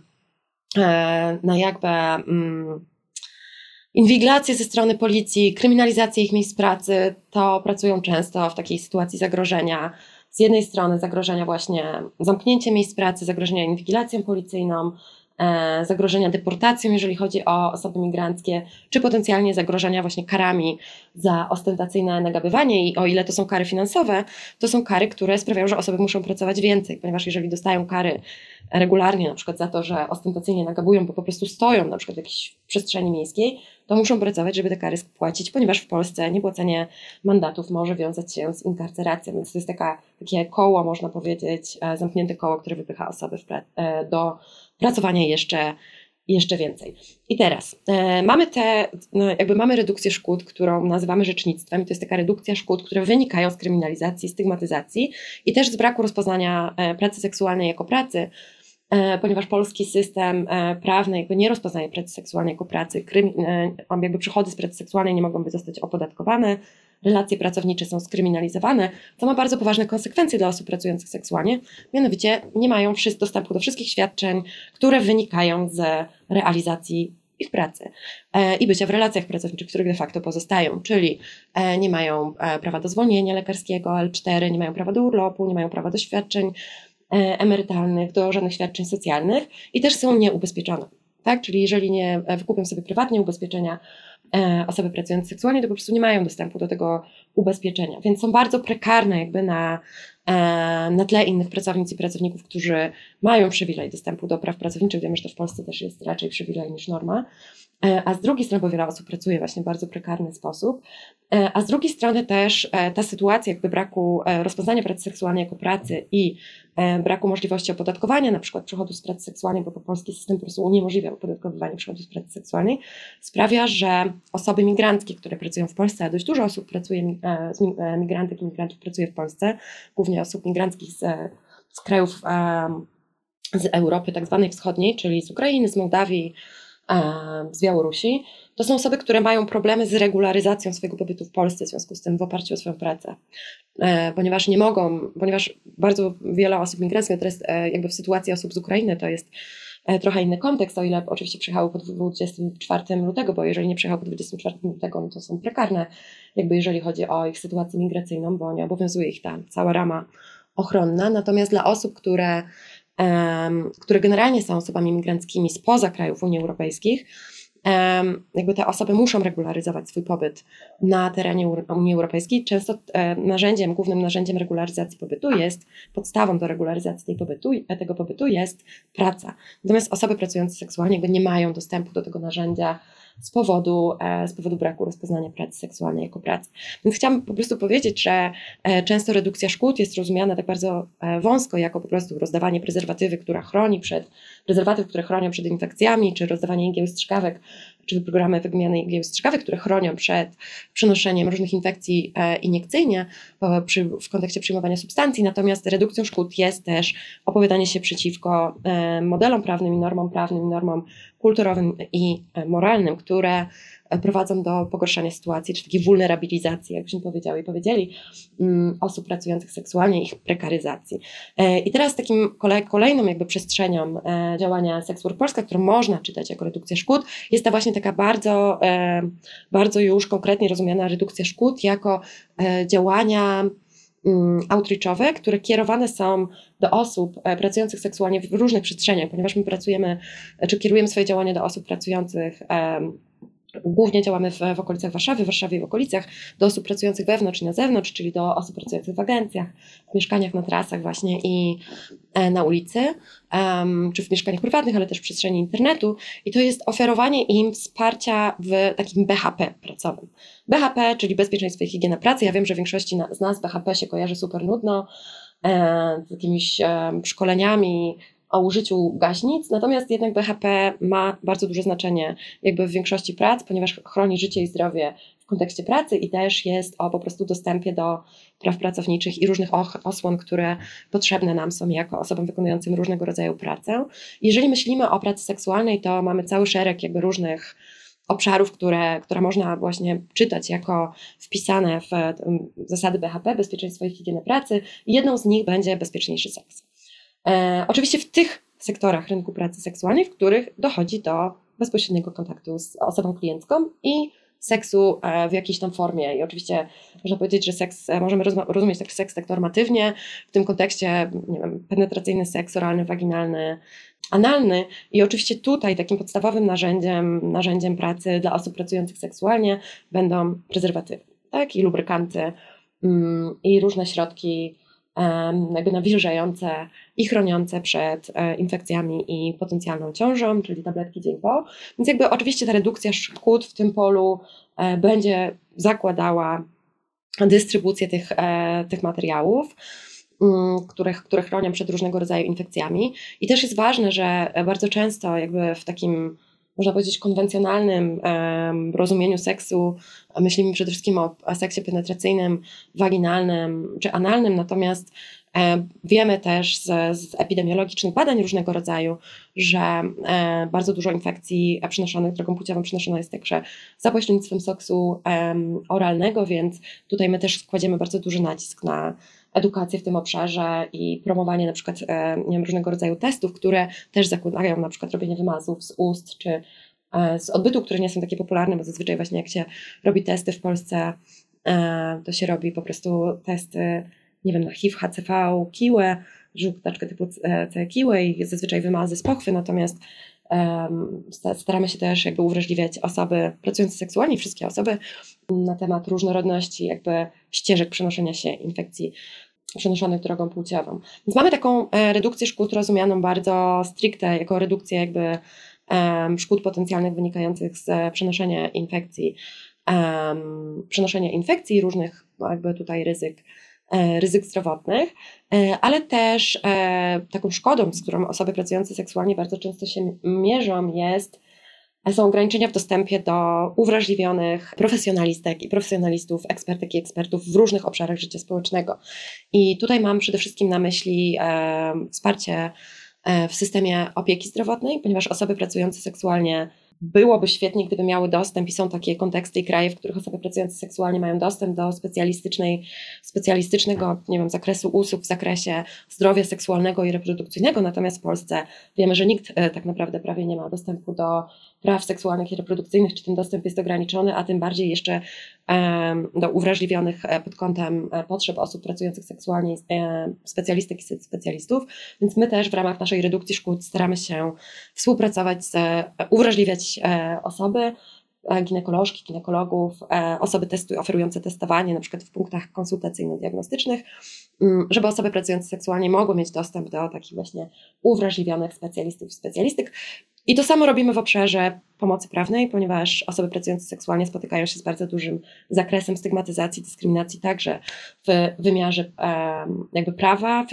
na jakby mm, inwigilację ze strony policji, kryminalizację ich miejsc pracy, to pracują często w takiej sytuacji zagrożenia. Z jednej strony zagrożenia właśnie zamknięciem miejsc pracy, zagrożenia inwigilacją policyjną, e, zagrożenia deportacją, jeżeli chodzi o osoby migranckie, czy potencjalnie zagrożenia właśnie karami za ostentacyjne nagabywanie i o ile to są kary finansowe, to są kary, które sprawiają, że osoby muszą pracować więcej, ponieważ jeżeli dostają kary regularnie, na przykład za to, że ostentacyjnie nagabują, bo po prostu stoją na przykład w jakiejś przestrzeni miejskiej, to muszą pracować, żeby te kary spłacić, ponieważ w Polsce niepłacenie mandatów może wiązać się z inkarceracją, więc to jest taka, takie koło, można powiedzieć, zamknięte koło, które wypycha osoby w pra- do pracowania jeszcze, jeszcze więcej. I teraz e, mamy te, no, jakby mamy redukcję szkód, którą nazywamy rzecznictwem i to jest taka redukcja szkód, które wynikają z kryminalizacji, stygmatyzacji i też z braku rozpoznania e, pracy seksualnej jako pracy, ponieważ polski system prawny jakby nie rozpoznaje pracy seksualnej jako pracy, jakby przychody z pracy seksualnej nie mogą zostać opodatkowane, relacje pracownicze są skryminalizowane, co ma bardzo poważne konsekwencje dla osób pracujących seksualnie, mianowicie nie mają dostępu do wszystkich świadczeń, które wynikają z realizacji ich pracy i bycia w relacjach pracowniczych, których de facto pozostają, czyli nie mają prawa do zwolnienia lekarskiego L cztery, nie mają prawa do urlopu, nie mają prawa do świadczeń emerytalnych, do żadnych świadczeń socjalnych i też są nieubezpieczone. Tak? Czyli jeżeli nie wykupią sobie prywatnie ubezpieczenia e, osoby pracujące seksualnie, to po prostu nie mają dostępu do tego ubezpieczenia, więc są bardzo prekarne jakby na, e, na tle innych pracownic i pracowników, którzy mają przywilej dostępu do praw pracowniczych. Wiemy, że to w Polsce też jest raczej przywilej niż norma. A z drugiej strony, bo wiele osób pracuje właśnie w bardzo prekarny sposób, a z drugiej strony też ta sytuacja jakby braku rozpoznania pracy seksualnej jako pracy i braku możliwości opodatkowania na przykład przychodów z pracy seksualnej, bo polski system po prostu uniemożliwia opodatkowywanie przychodów z pracy seksualnej, sprawia, że osoby migranckie, które pracują w Polsce, a dość dużo osób pracuje, migrantek i migrantów pracuje w Polsce, głównie osób migranckich z, z krajów z Europy tak zwanej wschodniej, czyli z Ukrainy, z Mołdawii, z Białorusi, to są osoby, które mają problemy z regularyzacją swojego pobytu w Polsce w związku z tym w oparciu o swoją pracę, ponieważ nie mogą, ponieważ bardzo wiele osób migranckich, teraz jakby w sytuacji osób z Ukrainy to jest trochę inny kontekst, o ile oczywiście przyjechały po dwudziestego czwartego lutego, bo jeżeli nie przyjechały po dwudziestego czwartego lutego, no to są prekarne, jakby jeżeli chodzi o ich sytuację migracyjną, bo nie obowiązuje ich ta cała rama ochronna, natomiast dla osób, które Um, które generalnie są osobami migranckimi spoza krajów Unii Europejskiej, um, jakby te osoby muszą regularyzować swój pobyt na terenie Unii Europejskiej. Często um, narzędziem, głównym narzędziem regularyzacji pobytu jest, podstawą do regularyzacji tej pobytu, tego pobytu jest praca. Natomiast osoby pracujące seksualnie jakby nie mają dostępu do tego narzędzia z powodu, z powodu braku rozpoznania pracy seksualnej jako pracy. Więc chciałam po prostu powiedzieć, że często redukcja szkód jest rozumiana tak bardzo wąsko, jako po prostu rozdawanie prezerwatywy, która chroni przed, prezerwatyw, które chronią przed infekcjami, czy rozdawanie igieł strzykawek, czy programy wymiany igieł strzykawek, które chronią przed przenoszeniem różnych infekcji iniekcyjnie przy, w kontekście przyjmowania substancji. Natomiast redukcją szkód jest też opowiadanie się przeciwko modelom prawnym i normom prawnym, i normom kulturowym i moralnym, które prowadzą do pogorszania sytuacji, czy takiej wulnerabilizacji, jakbyśmy powiedziały i powiedzieli, osób pracujących seksualnie, ich prekaryzacji. I teraz takim kolejną jakby przestrzenią działania Sex Work Polska, którą można czytać jako redukcja szkód, jest ta właśnie taka bardzo, bardzo już konkretnie rozumiana redukcja szkód jako działania outreachowe, które kierowane są do osób pracujących seksualnie w różnych przestrzeniach, ponieważ my pracujemy, czy kierujemy swoje działania do osób pracujących, głównie działamy w, w okolicach Warszawy, w Warszawie i w okolicach, do osób pracujących wewnątrz i na zewnątrz, czyli do osób pracujących w agencjach, w mieszkaniach, na trasach właśnie i e, na ulicy, um, czy w mieszkaniach prywatnych, ale też w przestrzeni internetu. I to jest oferowanie im wsparcia w takim B H P pracowym. B H P, czyli bezpieczeństwo i higiena pracy. Ja wiem, że większości na, z nas B H P się kojarzy super nudno, e, z jakimiś e, szkoleniami o użyciu gaśnic, natomiast jednak B H P ma bardzo duże znaczenie jakby w większości prac, ponieważ chroni życie i zdrowie w kontekście pracy i też jest o po prostu dostępie do praw pracowniczych i różnych osłon, które potrzebne nam są jako osobom wykonującym różnego rodzaju pracę. Jeżeli myślimy o pracy seksualnej, to mamy cały szereg jakby różnych obszarów, które, które można właśnie czytać jako wpisane w zasady B H P, bezpieczeństwo i higienę pracy. Jedną z nich będzie bezpieczniejszy seks. E, oczywiście w tych sektorach rynku pracy seksualnej, w których dochodzi do bezpośredniego kontaktu z osobą kliencką i seksu e, w jakiejś tam formie. I oczywiście można powiedzieć, że seks, e, możemy rozma- rozumieć tak seks tak normatywnie, w tym kontekście, nie wiem, penetracyjny seks oralny, waginalny, analny. I oczywiście tutaj takim podstawowym narzędziem, narzędziem pracy dla osób pracujących seksualnie będą prezerwatywy, tak? I lubrykanty, mm, i różne środki jakby nawilżające i chroniące przed infekcjami i potencjalną ciążą, czyli tabletki dzień po. Więc jakby oczywiście ta redukcja szkód w tym polu będzie zakładała dystrybucję tych, tych materiałów, które, które chronią przed różnego rodzaju infekcjami. I też jest ważne, że bardzo często jakby w takim, można powiedzieć, konwencjonalnym um, rozumieniu seksu myślimy przede wszystkim o, o seksie penetracyjnym, waginalnym czy analnym, natomiast e, wiemy też z, z epidemiologicznych badań różnego rodzaju, że e, bardzo dużo infekcji przenoszonych drogą płciową przenoszone jest także za pośrednictwem seksu um, oralnego, więc tutaj my też kładziemy bardzo duży nacisk na edukację w tym obszarze i promowanie na przykład e, nie wiem, różnego rodzaju testów, które też zakładają na przykład robienie wymazów z ust czy e, z odbytu, które nie są takie popularne, bo zazwyczaj właśnie jak się robi testy w Polsce, e, to się robi po prostu testy, nie wiem, na H I V, H C V, kiłę, żółtaczkę typu C kiłę i zazwyczaj wymazy z pochwy, natomiast um, staramy się też jakby uwrażliwiać osoby pracujące seksualnie, wszystkie osoby na temat różnorodności jakby ścieżek przenoszenia się infekcji przenoszonych drogą płciową. Więc mamy taką redukcję szkód rozumianą bardzo stricte jako redukcję jakby um, szkód potencjalnych wynikających z przenoszenia infekcji, um, przenoszenia infekcji i różnych jakby tutaj ryzyk, e, ryzyk zdrowotnych, e, ale też e, taką szkodą, z którą osoby pracujące seksualnie bardzo często się mierzą, jest są ograniczenia w dostępie do uwrażliwionych profesjonalistek i profesjonalistów, ekspertek i ekspertów w różnych obszarach życia społecznego. I tutaj mam przede wszystkim na myśli e, wsparcie e, w systemie opieki zdrowotnej, ponieważ osoby pracujące seksualnie byłoby świetnie, gdyby miały dostęp i są takie konteksty i kraje, w których osoby pracujące seksualnie mają dostęp do specjalistycznej, specjalistycznego, nie wiem, zakresu usług w zakresie zdrowia seksualnego i reprodukcyjnego, natomiast w Polsce wiemy, że nikt e, tak naprawdę prawie nie ma dostępu do praw seksualnych i reprodukcyjnych, czy ten dostęp jest ograniczony, a tym bardziej jeszcze e, do uwrażliwionych e, pod kątem e, potrzeb osób pracujących seksualnie, e, specjalistek i specjalistów, więc my też w ramach naszej redukcji szkód staramy się współpracować z, e, uwrażliwiać e, osoby, ginekolożki, ginekologów, osoby testu, oferujące testowanie, na przykład w punktach konsultacyjno-diagnostycznych, żeby osoby pracujące seksualnie mogły mieć dostęp do takich właśnie uwrażliwionych specjalistów i specjalistek. I to samo robimy w obszarze pomocy prawnej, ponieważ osoby pracujące seksualnie spotykają się z bardzo dużym zakresem stygmatyzacji, dyskryminacji także w wymiarze jakby prawa, w,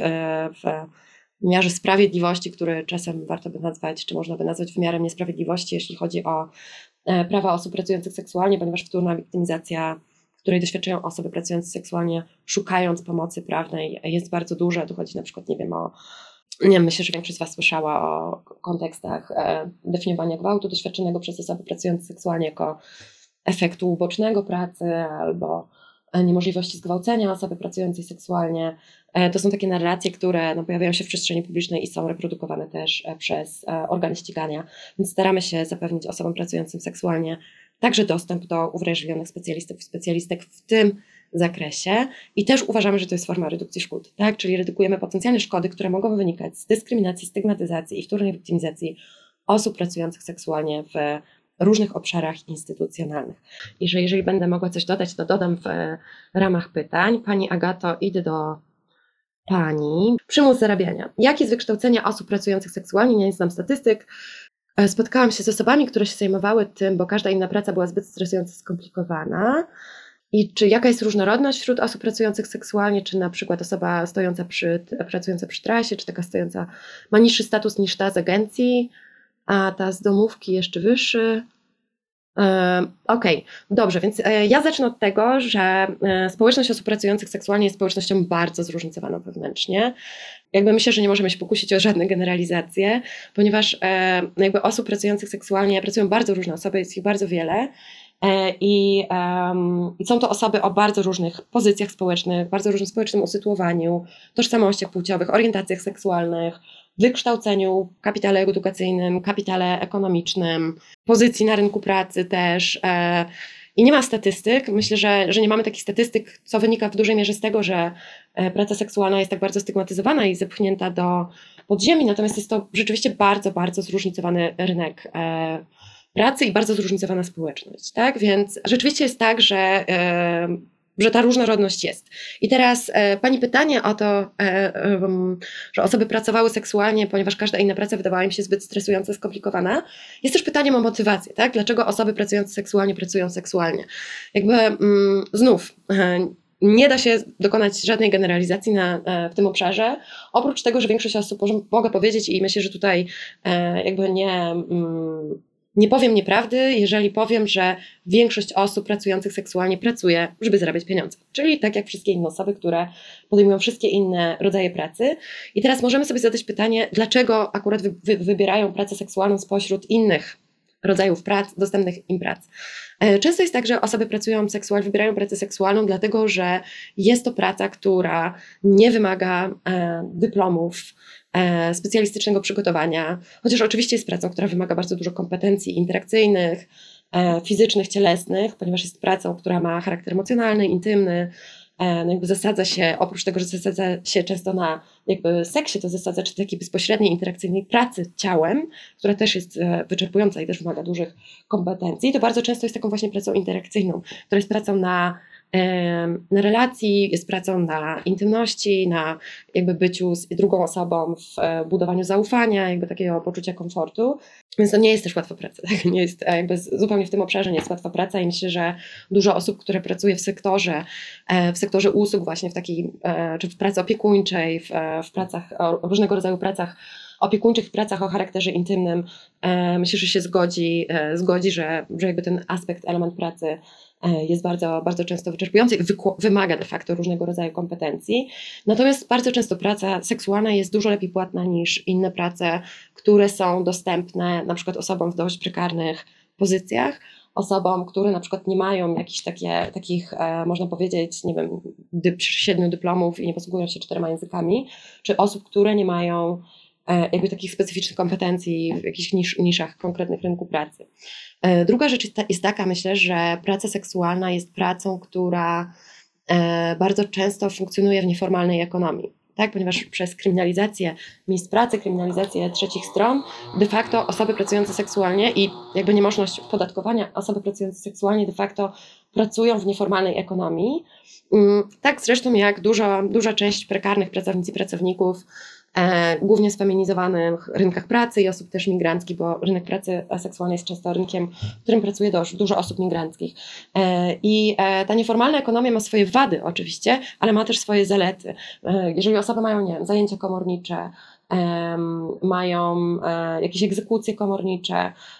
w wymiarze sprawiedliwości, który czasem warto by nazwać, czy można by nazwać wymiarem niesprawiedliwości, jeśli chodzi o prawa osób pracujących seksualnie, ponieważ wtórna wiktymizacja, której doświadczają osoby pracujące seksualnie, szukając pomocy prawnej, jest bardzo duża. Tu chodzi na przykład, nie wiem, o, nie wiem, myślę, że większość z Was słyszała o kontekstach e, definiowania gwałtu doświadczonego przez osoby pracujące seksualnie jako efektu ubocznego pracy albo niemożliwości zgwałcenia osoby pracującej seksualnie. To są takie narracje, które no, pojawiają się w przestrzeni publicznej i są reprodukowane też przez organy ścigania, więc staramy się zapewnić osobom pracującym seksualnie także dostęp do uwrażliwionych specjalistów i specjalistek w tym zakresie i też uważamy, że to jest forma redukcji szkód, tak? Czyli redukujemy potencjalne szkody, które mogą wynikać z dyskryminacji, stygmatyzacji i wtórnej wiktymizacji osób pracujących seksualnie w różnych obszarach instytucjonalnych. I że jeżeli będę mogła coś dodać, to dodam w ramach pytań. Pani Agato, idę do Pani. Przymus zarabiania. Jakie jest wykształcenie osób pracujących seksualnie? Nie znam statystyk. Spotkałam się z osobami, które się zajmowały tym, bo każda inna praca była zbyt stresująca, skomplikowana. I czy jaka jest różnorodność wśród osób pracujących seksualnie, czy na przykład osoba stojąca przy, pracująca przy trasie, czy taka stojąca ma niższy status niż ta z agencji, a ta z domówki jeszcze wyższy. Okej, okay, dobrze, więc ja zacznę od tego, że społeczność osób pracujących seksualnie jest społecznością bardzo zróżnicowaną wewnętrznie. Jakby myślę, że nie możemy się pokusić o żadne generalizacje, ponieważ jakby osób pracujących seksualnie pracują bardzo różne osoby, jest ich bardzo wiele. I, um, I są to osoby o bardzo różnych pozycjach społecznych, bardzo różnym społecznym usytuowaniu, tożsamościach płciowych, orientacjach seksualnych, wykształceniu, kapitale edukacyjnym, kapitale ekonomicznym, pozycji na rynku pracy też. E, I nie ma statystyk. Myślę, że, że nie mamy takich statystyk, co wynika w dużej mierze z tego, że e, praca seksualna jest tak bardzo stygmatyzowana i zepchnięta do podziemi, natomiast jest to rzeczywiście bardzo, bardzo zróżnicowany rynek e, pracy i bardzo zróżnicowana społeczność, tak? Więc rzeczywiście jest tak, że, e, że ta różnorodność jest. I teraz e, Pani pytanie o to, e, e, że osoby pracowały seksualnie, ponieważ każda inna praca wydawała im się zbyt stresująca, skomplikowana, jest też pytaniem o motywację, tak? Dlaczego osoby pracujące seksualnie pracują seksualnie? Jakby mm, znów e, nie da się dokonać żadnej generalizacji na, w tym obszarze, oprócz tego, że większość osób, mogę powiedzieć i myślę, że tutaj e, jakby nie... Mm, Nie powiem nieprawdy, jeżeli powiem, że większość osób pracujących seksualnie pracuje, żeby zarabiać pieniądze. Czyli tak jak wszystkie inne osoby, które podejmują wszystkie inne rodzaje pracy. I teraz możemy sobie zadać pytanie, dlaczego akurat wy, wy, wybierają pracę seksualną spośród innych rodzajów prac, dostępnych im prac. Często jest tak, że osoby pracują seksualnie, wybierają pracę seksualną, dlatego że jest to praca, która nie wymaga e, dyplomów, e, specjalistycznego przygotowania, chociaż oczywiście jest pracą, która wymaga bardzo dużo kompetencji interakcyjnych, e, fizycznych, cielesnych, ponieważ jest pracą, która ma charakter emocjonalny, intymny, no jakby zasadza się, oprócz tego, że zasadza się często na jakby seksie, to zasadza się takiej bezpośredniej, interakcyjnej pracy ciałem, która też jest wyczerpująca i też wymaga dużych kompetencji. To bardzo często jest taką właśnie pracą interakcyjną, która jest pracą na, na relacji, jest pracą na intymności, na jakby byciu z drugą osobą, w budowaniu zaufania, jakby takiego poczucia komfortu. Więc to nie jest też łatwa praca, tak? Nie jest jakby zupełnie w tym obszarze nie jest łatwa praca i myślę, że dużo osób, które pracuje w sektorze, w sektorze usług właśnie w takiej, czy w pracy opiekuńczej, w, w pracach, o różnego rodzaju pracach opiekuńczych, w pracach o charakterze intymnym, myślę, że się zgodzi, zgodzi że, że jakby ten aspekt, element pracy jest bardzo, bardzo często wyczerpujący i wymaga de facto różnego rodzaju kompetencji. Natomiast bardzo często praca seksualna jest dużo lepiej płatna niż inne prace, które są dostępne na przykład osobom w dość prekarnych pozycjach, osobom, które na przykład nie mają jakichś takie, takich, e, można powiedzieć, nie wiem, dyp, siedmiu dyplomów i nie posługują się czterema językami, czy osób, które nie mają e, jakby takich specyficznych kompetencji w jakichś nisz, niszach konkretnych rynku pracy. E, druga rzecz jest, ta, jest taka, myślę, że praca seksualna jest pracą, która e, bardzo często funkcjonuje w nieformalnej ekonomii. Tak, ponieważ przez kryminalizację miejsc pracy, kryminalizację trzecich stron, de facto osoby pracujące seksualnie i jakby niemożność opodatkowania osoby pracujące seksualnie de facto pracują w nieformalnej ekonomii. Tak zresztą jak duża, duża część prekarnych pracownic i pracowników, e, głównie sfeminizowanych rynkach pracy i osób też migranckich, bo rynek pracy seksualnej jest często rynkiem, w którym pracuje dużo, dużo osób migranckich. E, I e, ta nieformalna ekonomia ma swoje wady oczywiście, ale ma też swoje zalety. E, jeżeli osoby mają, nie wiem, zajęcia komornicze, e, mają e, jakieś egzekucje komornicze,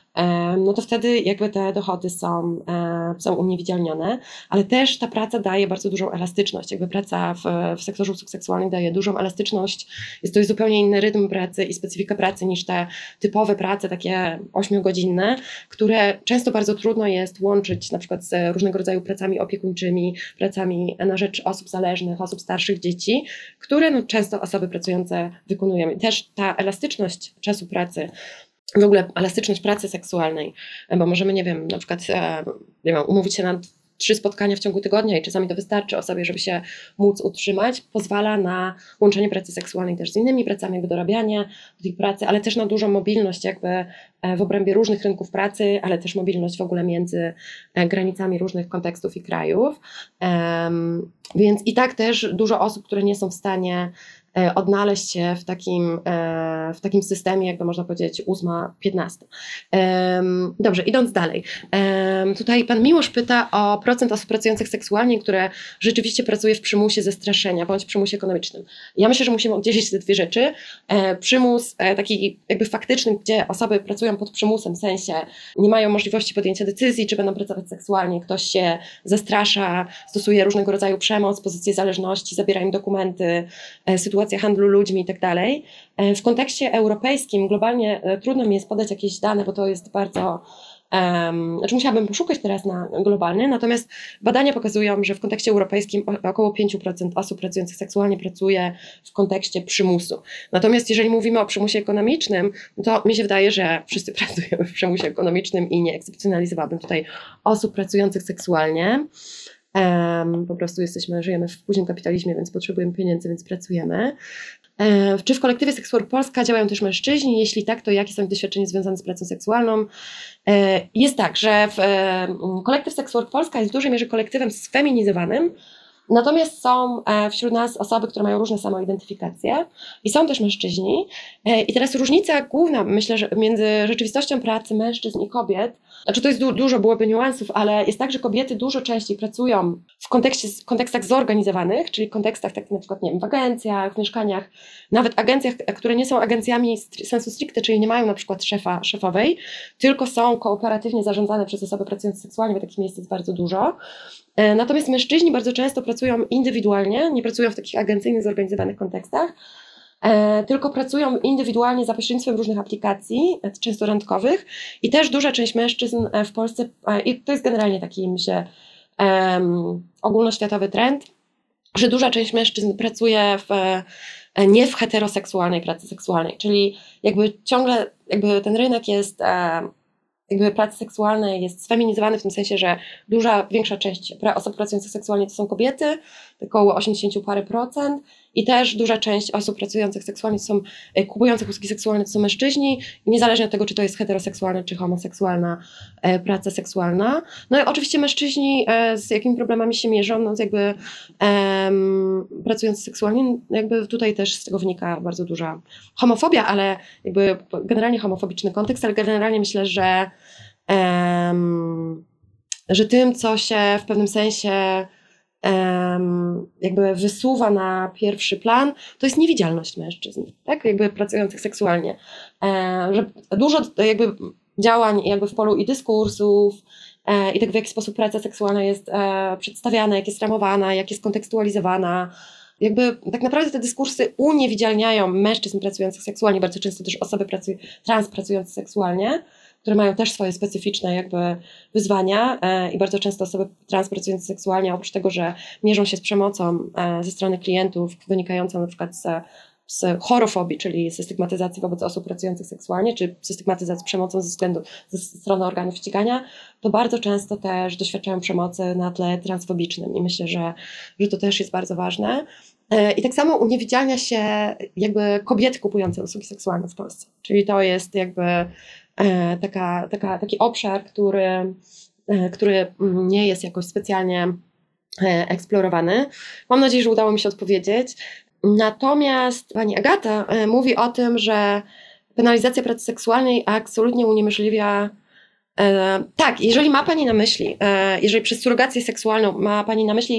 no to wtedy jakby te dochody są, są uniewidzialnione, ale też ta praca daje bardzo dużą elastyczność, jakby praca w, w sektorze usług seksualnych daje dużą elastyczność, jest to zupełnie inny rytm pracy i specyfika pracy niż te typowe prace, takie ośmiogodzinne, które często bardzo trudno jest łączyć na przykład z różnego rodzaju pracami opiekuńczymi, pracami na rzecz osób zależnych, osób starszych, dzieci, które no, często osoby pracujące wykonują. I też ta elastyczność czasu pracy, w ogóle elastyczność pracy seksualnej, bo możemy, nie wiem, na przykład nie wiem, umówić się na trzy spotkania w ciągu tygodnia i czasami to wystarczy osobie, żeby się móc utrzymać, pozwala na łączenie pracy seksualnej też z innymi pracami, jakby dorabianie do tej pracy, ale też na dużą mobilność jakby w obrębie różnych rynków pracy, ale też mobilność w ogóle między granicami różnych kontekstów i krajów. Um, więc i tak też dużo osób, które nie są w stanie odnaleźć się w takim, w takim systemie, jakby można powiedzieć, ósma piętnaście. Dobrze, idąc dalej. Tutaj pan Miłosz pyta o procent osób pracujących seksualnie, które rzeczywiście pracuje w przymusie zastraszenia, bądź przymusie ekonomicznym. Ja myślę, że musimy oddzielić te dwie rzeczy. Przymus taki jakby faktyczny, gdzie osoby pracują pod przymusem, w sensie nie mają możliwości podjęcia decyzji, czy będą pracować seksualnie, ktoś się zastrasza, stosuje różnego rodzaju przemoc, pozycje zależności, zabiera im dokumenty, sytuacje handlu ludźmi i tak dalej. W kontekście europejskim globalnie trudno mi jest podać jakieś dane, bo to jest bardzo, um, znaczy musiałabym poszukać teraz na globalny, natomiast badania pokazują, że w kontekście europejskim około pięć procent osób pracujących seksualnie pracuje w kontekście przymusu. Natomiast jeżeli mówimy o przymusie ekonomicznym, to mi się wydaje, że wszyscy pracują w przymusie ekonomicznym i nie ekscepcjonalizowałabym tutaj osób pracujących seksualnie. Um, po prostu jesteśmy, żyjemy w późnym kapitalizmie, więc potrzebujemy pieniędzy, więc pracujemy. Um, czy w kolektywie Sex Work Polska działają też mężczyźni? Jeśli tak, to jakie są ich doświadczenia związane z pracą seksualną? Um, jest tak, że w, um, kolektyw Sex Work Polska jest w dużej mierze kolektywem sfeminizowanym, natomiast są wśród nas osoby, które mają różne samoidentyfikacje i są też mężczyźni. I teraz różnica główna, myślę, że między rzeczywistością pracy mężczyzn i kobiet, znaczy to jest du- dużo byłoby niuansów, ale jest tak, że kobiety dużo częściej pracują w kontekście, kontekstach zorganizowanych, czyli kontekstach takich na przykład, nie wiem, w agencjach, w mieszkaniach, nawet agencjach, które nie są agencjami sensu stricte, czyli nie mają na przykład szefa, szefowej, tylko są kooperatywnie zarządzane przez osoby pracujące seksualnie, bo takich miejsc jest bardzo dużo. Natomiast mężczyźni bardzo często pracują indywidualnie, nie pracują w takich agencyjnych, zorganizowanych kontekstach, e, tylko pracują indywidualnie za pośrednictwem różnych aplikacji, często randkowych i też duża część mężczyzn w Polsce, e, i to jest generalnie taki, myślę, um, ogólnoświatowy trend, że duża część mężczyzn pracuje w, e, nie w heteroseksualnej pracy seksualnej, czyli jakby ciągle jakby ten rynek jest e, jakby pracy seksualnej jest sfeminizowany w tym sensie, że duża, większa część osób pracujących seksualnie to są kobiety, około osiemdziesiąt parę procent i też duża część osób pracujących seksualnie to są, kupujących usługi seksualne to są mężczyźni, niezależnie od tego, czy to jest heteroseksualna, czy homoseksualna e, praca seksualna. No i oczywiście mężczyźni e, z jakimi problemami się mierzą, no jakby e, pracujący seksualnie, jakby tutaj też z tego wynika bardzo duża homofobia, ale jakby generalnie homofobiczny kontekst, ale generalnie myślę, że Um, że tym, co się w pewnym sensie um, jakby wysuwa na pierwszy plan, to jest niewidzialność mężczyzn, tak? Jakby pracujących seksualnie. Um, że dużo jakby działań jakby w polu i dyskursów, e, i tak w jaki sposób praca seksualna jest e, przedstawiana, jak jest ramowana, jak jest kontekstualizowana. Jakby tak naprawdę te dyskursy uniewidzialniają mężczyzn pracujących seksualnie, bardzo często też osoby pracuj, trans pracujące seksualnie, które mają też swoje specyficzne jakby wyzwania e, i bardzo często osoby trans pracujące seksualnie, oprócz tego, że mierzą się z przemocą e, ze strony klientów wynikającą na przykład z, z chorofobii, czyli ze stygmatyzacji wobec osób pracujących seksualnie, czy ze stygmatyzacji przemocą ze względu ze strony organów ścigania, to bardzo często też doświadczają przemocy na tle transfobicznym i myślę, że, że to też jest bardzo ważne. I tak samo uniewidzialnia się jakby kobiety kupujące usługi seksualne w Polsce, czyli to jest jakby Taka, taka, taki obszar, który, który nie jest jakoś specjalnie eksplorowany. Mam nadzieję, że udało mi się odpowiedzieć. Natomiast pani Agata mówi o tym, że penalizacja pracy seksualnej absolutnie uniemożliwia. Tak, jeżeli ma pani na myśli, jeżeli przez surrogację seksualną ma pani na myśli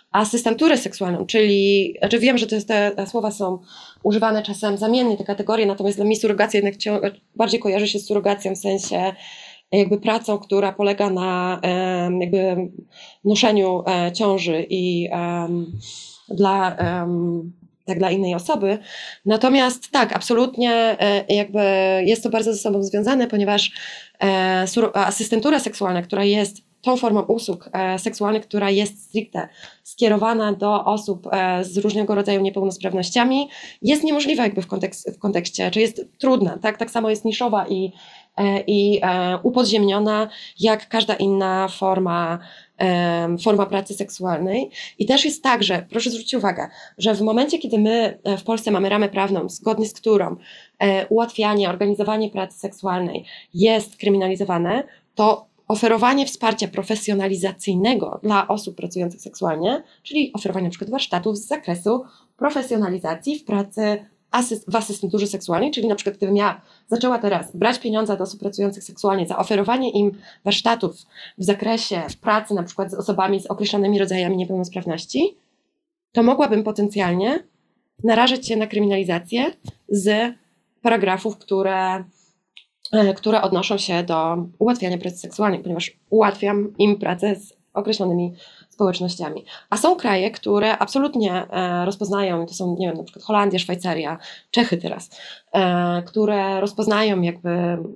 asystenturę seksualną, czyli, znaczy wiem, że to jest te, te słowa są używane czasem zamiennie, te kategorie, natomiast dla mnie surrogacja jednak bardziej kojarzy się z surrogacją w sensie jakby pracą, która polega na um, jakby noszeniu e, ciąży i um, dla, um, tak dla innej osoby. Natomiast tak, absolutnie e, jakby jest to bardzo ze sobą związane, ponieważ e, sur- asystentura seksualna, która jest tą formą usług e, seksualnych, która jest stricte skierowana do osób e, z różnego rodzaju niepełnosprawnościami, jest niemożliwa jakby w, kontekst, w kontekście, czy jest trudna, tak, tak samo jest niszowa i, e, i e, upodziemniona, jak każda inna forma, e, forma pracy seksualnej. I też jest tak, że proszę zwrócić uwagę, że w momencie, kiedy my w Polsce mamy ramę prawną, zgodnie z którą e, ułatwianie, organizowanie pracy seksualnej jest kryminalizowane, to oferowanie wsparcia profesjonalizacyjnego dla osób pracujących seksualnie, czyli oferowanie na przykład warsztatów z zakresu profesjonalizacji w pracy asyst- w asystenturze seksualnej, czyli na przykład gdybym ja zaczęła teraz brać pieniądze od osób pracujących seksualnie za oferowanie im warsztatów w zakresie pracy na przykład z osobami z określonymi rodzajami niepełnosprawności, to mogłabym potencjalnie narażać się na kryminalizację z paragrafów, które które odnoszą się do ułatwiania pracy seksualnej, ponieważ ułatwiam im pracę z określonymi społecznościami. A są kraje, które absolutnie rozpoznają, to są, nie wiem, na przykład Holandia, Szwajcaria, Czechy teraz, które rozpoznają jakby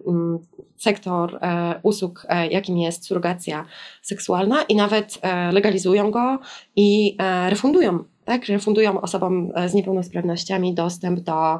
sektor usług, jakim jest surrogacja seksualna i nawet legalizują go i refundują, tak, refundują osobom z niepełnosprawnościami dostęp do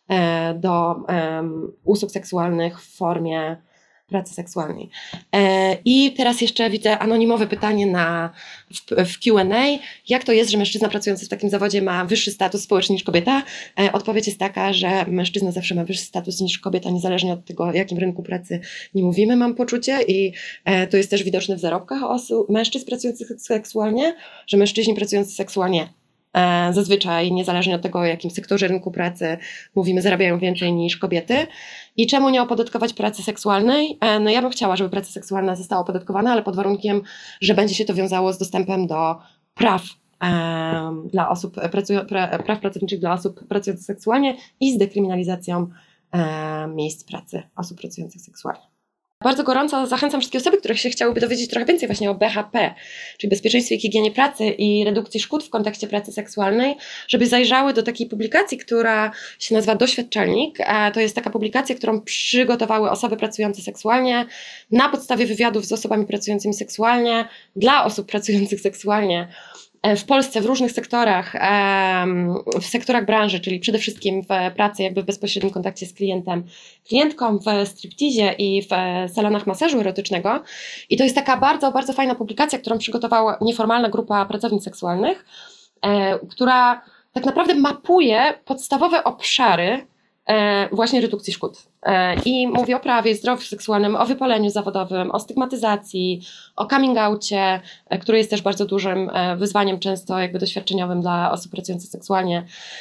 do um, usług seksualnych w formie pracy seksualnej. E, I teraz jeszcze widzę anonimowe pytanie na, w, w Q and A. Jak to jest, że mężczyzna pracujący w takim zawodzie ma wyższy status społeczny niż kobieta? E, odpowiedź jest taka, że mężczyzna zawsze ma wyższy status niż kobieta, niezależnie od tego, o jakim rynku pracy nie mówimy, mam poczucie. I e, to jest też widoczne w zarobkach osób, mężczyzn pracujących seksualnie, że mężczyźni pracujący seksualnie zazwyczaj, niezależnie od tego, o jakim sektorze rynku pracy mówimy, zarabiają więcej niż kobiety. I czemu nie opodatkować pracy seksualnej? No ja bym chciała, żeby praca seksualna została opodatkowana, ale pod warunkiem, że będzie się to wiązało z dostępem do praw um, dla osób pracują, pra, praw pracowniczych dla osób pracujących seksualnie i z dekryminalizacją um, miejsc pracy osób pracujących seksualnie. Bardzo gorąco zachęcam wszystkie osoby, które się chciałyby dowiedzieć trochę więcej właśnie o B H P, czyli bezpieczeństwie i higienie pracy i redukcji szkód w kontekście pracy seksualnej, żeby zajrzały do takiej publikacji, która się nazywa Doświadczalnik. To jest taka publikacja, którą przygotowały osoby pracujące seksualnie na podstawie wywiadów z osobami pracującymi seksualnie, dla osób pracujących seksualnie w Polsce w różnych sektorach, w sektorach branży, czyli przede wszystkim w pracy jakby w bezpośrednim kontakcie z klientem, klientką, w striptizie i w salonach masażu erotycznego. I to jest taka bardzo, bardzo fajna publikacja, którą przygotowała nieformalna grupa pracownic seksualnych, która tak naprawdę mapuje podstawowe obszary właśnie redukcji szkód. I mówi o prawie, zdrowiu seksualnym, o wypaleniu zawodowym, o stygmatyzacji, o coming outie, który jest też bardzo dużym wyzwaniem, często jakby doświadczeniowym dla osób pracujących seksualnie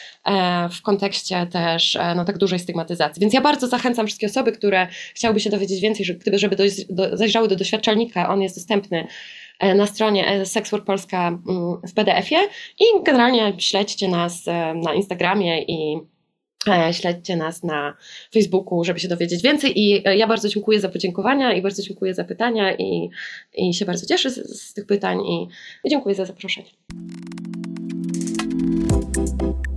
w kontekście też no, tak dużej stygmatyzacji. Więc ja bardzo zachęcam wszystkie osoby, które chciałyby się dowiedzieć więcej, żeby, żeby dojść, do, zajrzały do doświadczalnika. On jest dostępny na stronie Sex Work Polska w P D F-ie i generalnie śledźcie nas na Instagramie i śledźcie nas na Facebooku, żeby się dowiedzieć więcej. I ja bardzo dziękuję za podziękowania i bardzo dziękuję za pytania i, i się bardzo cieszę z, z tych pytań i, i dziękuję za zaproszenie.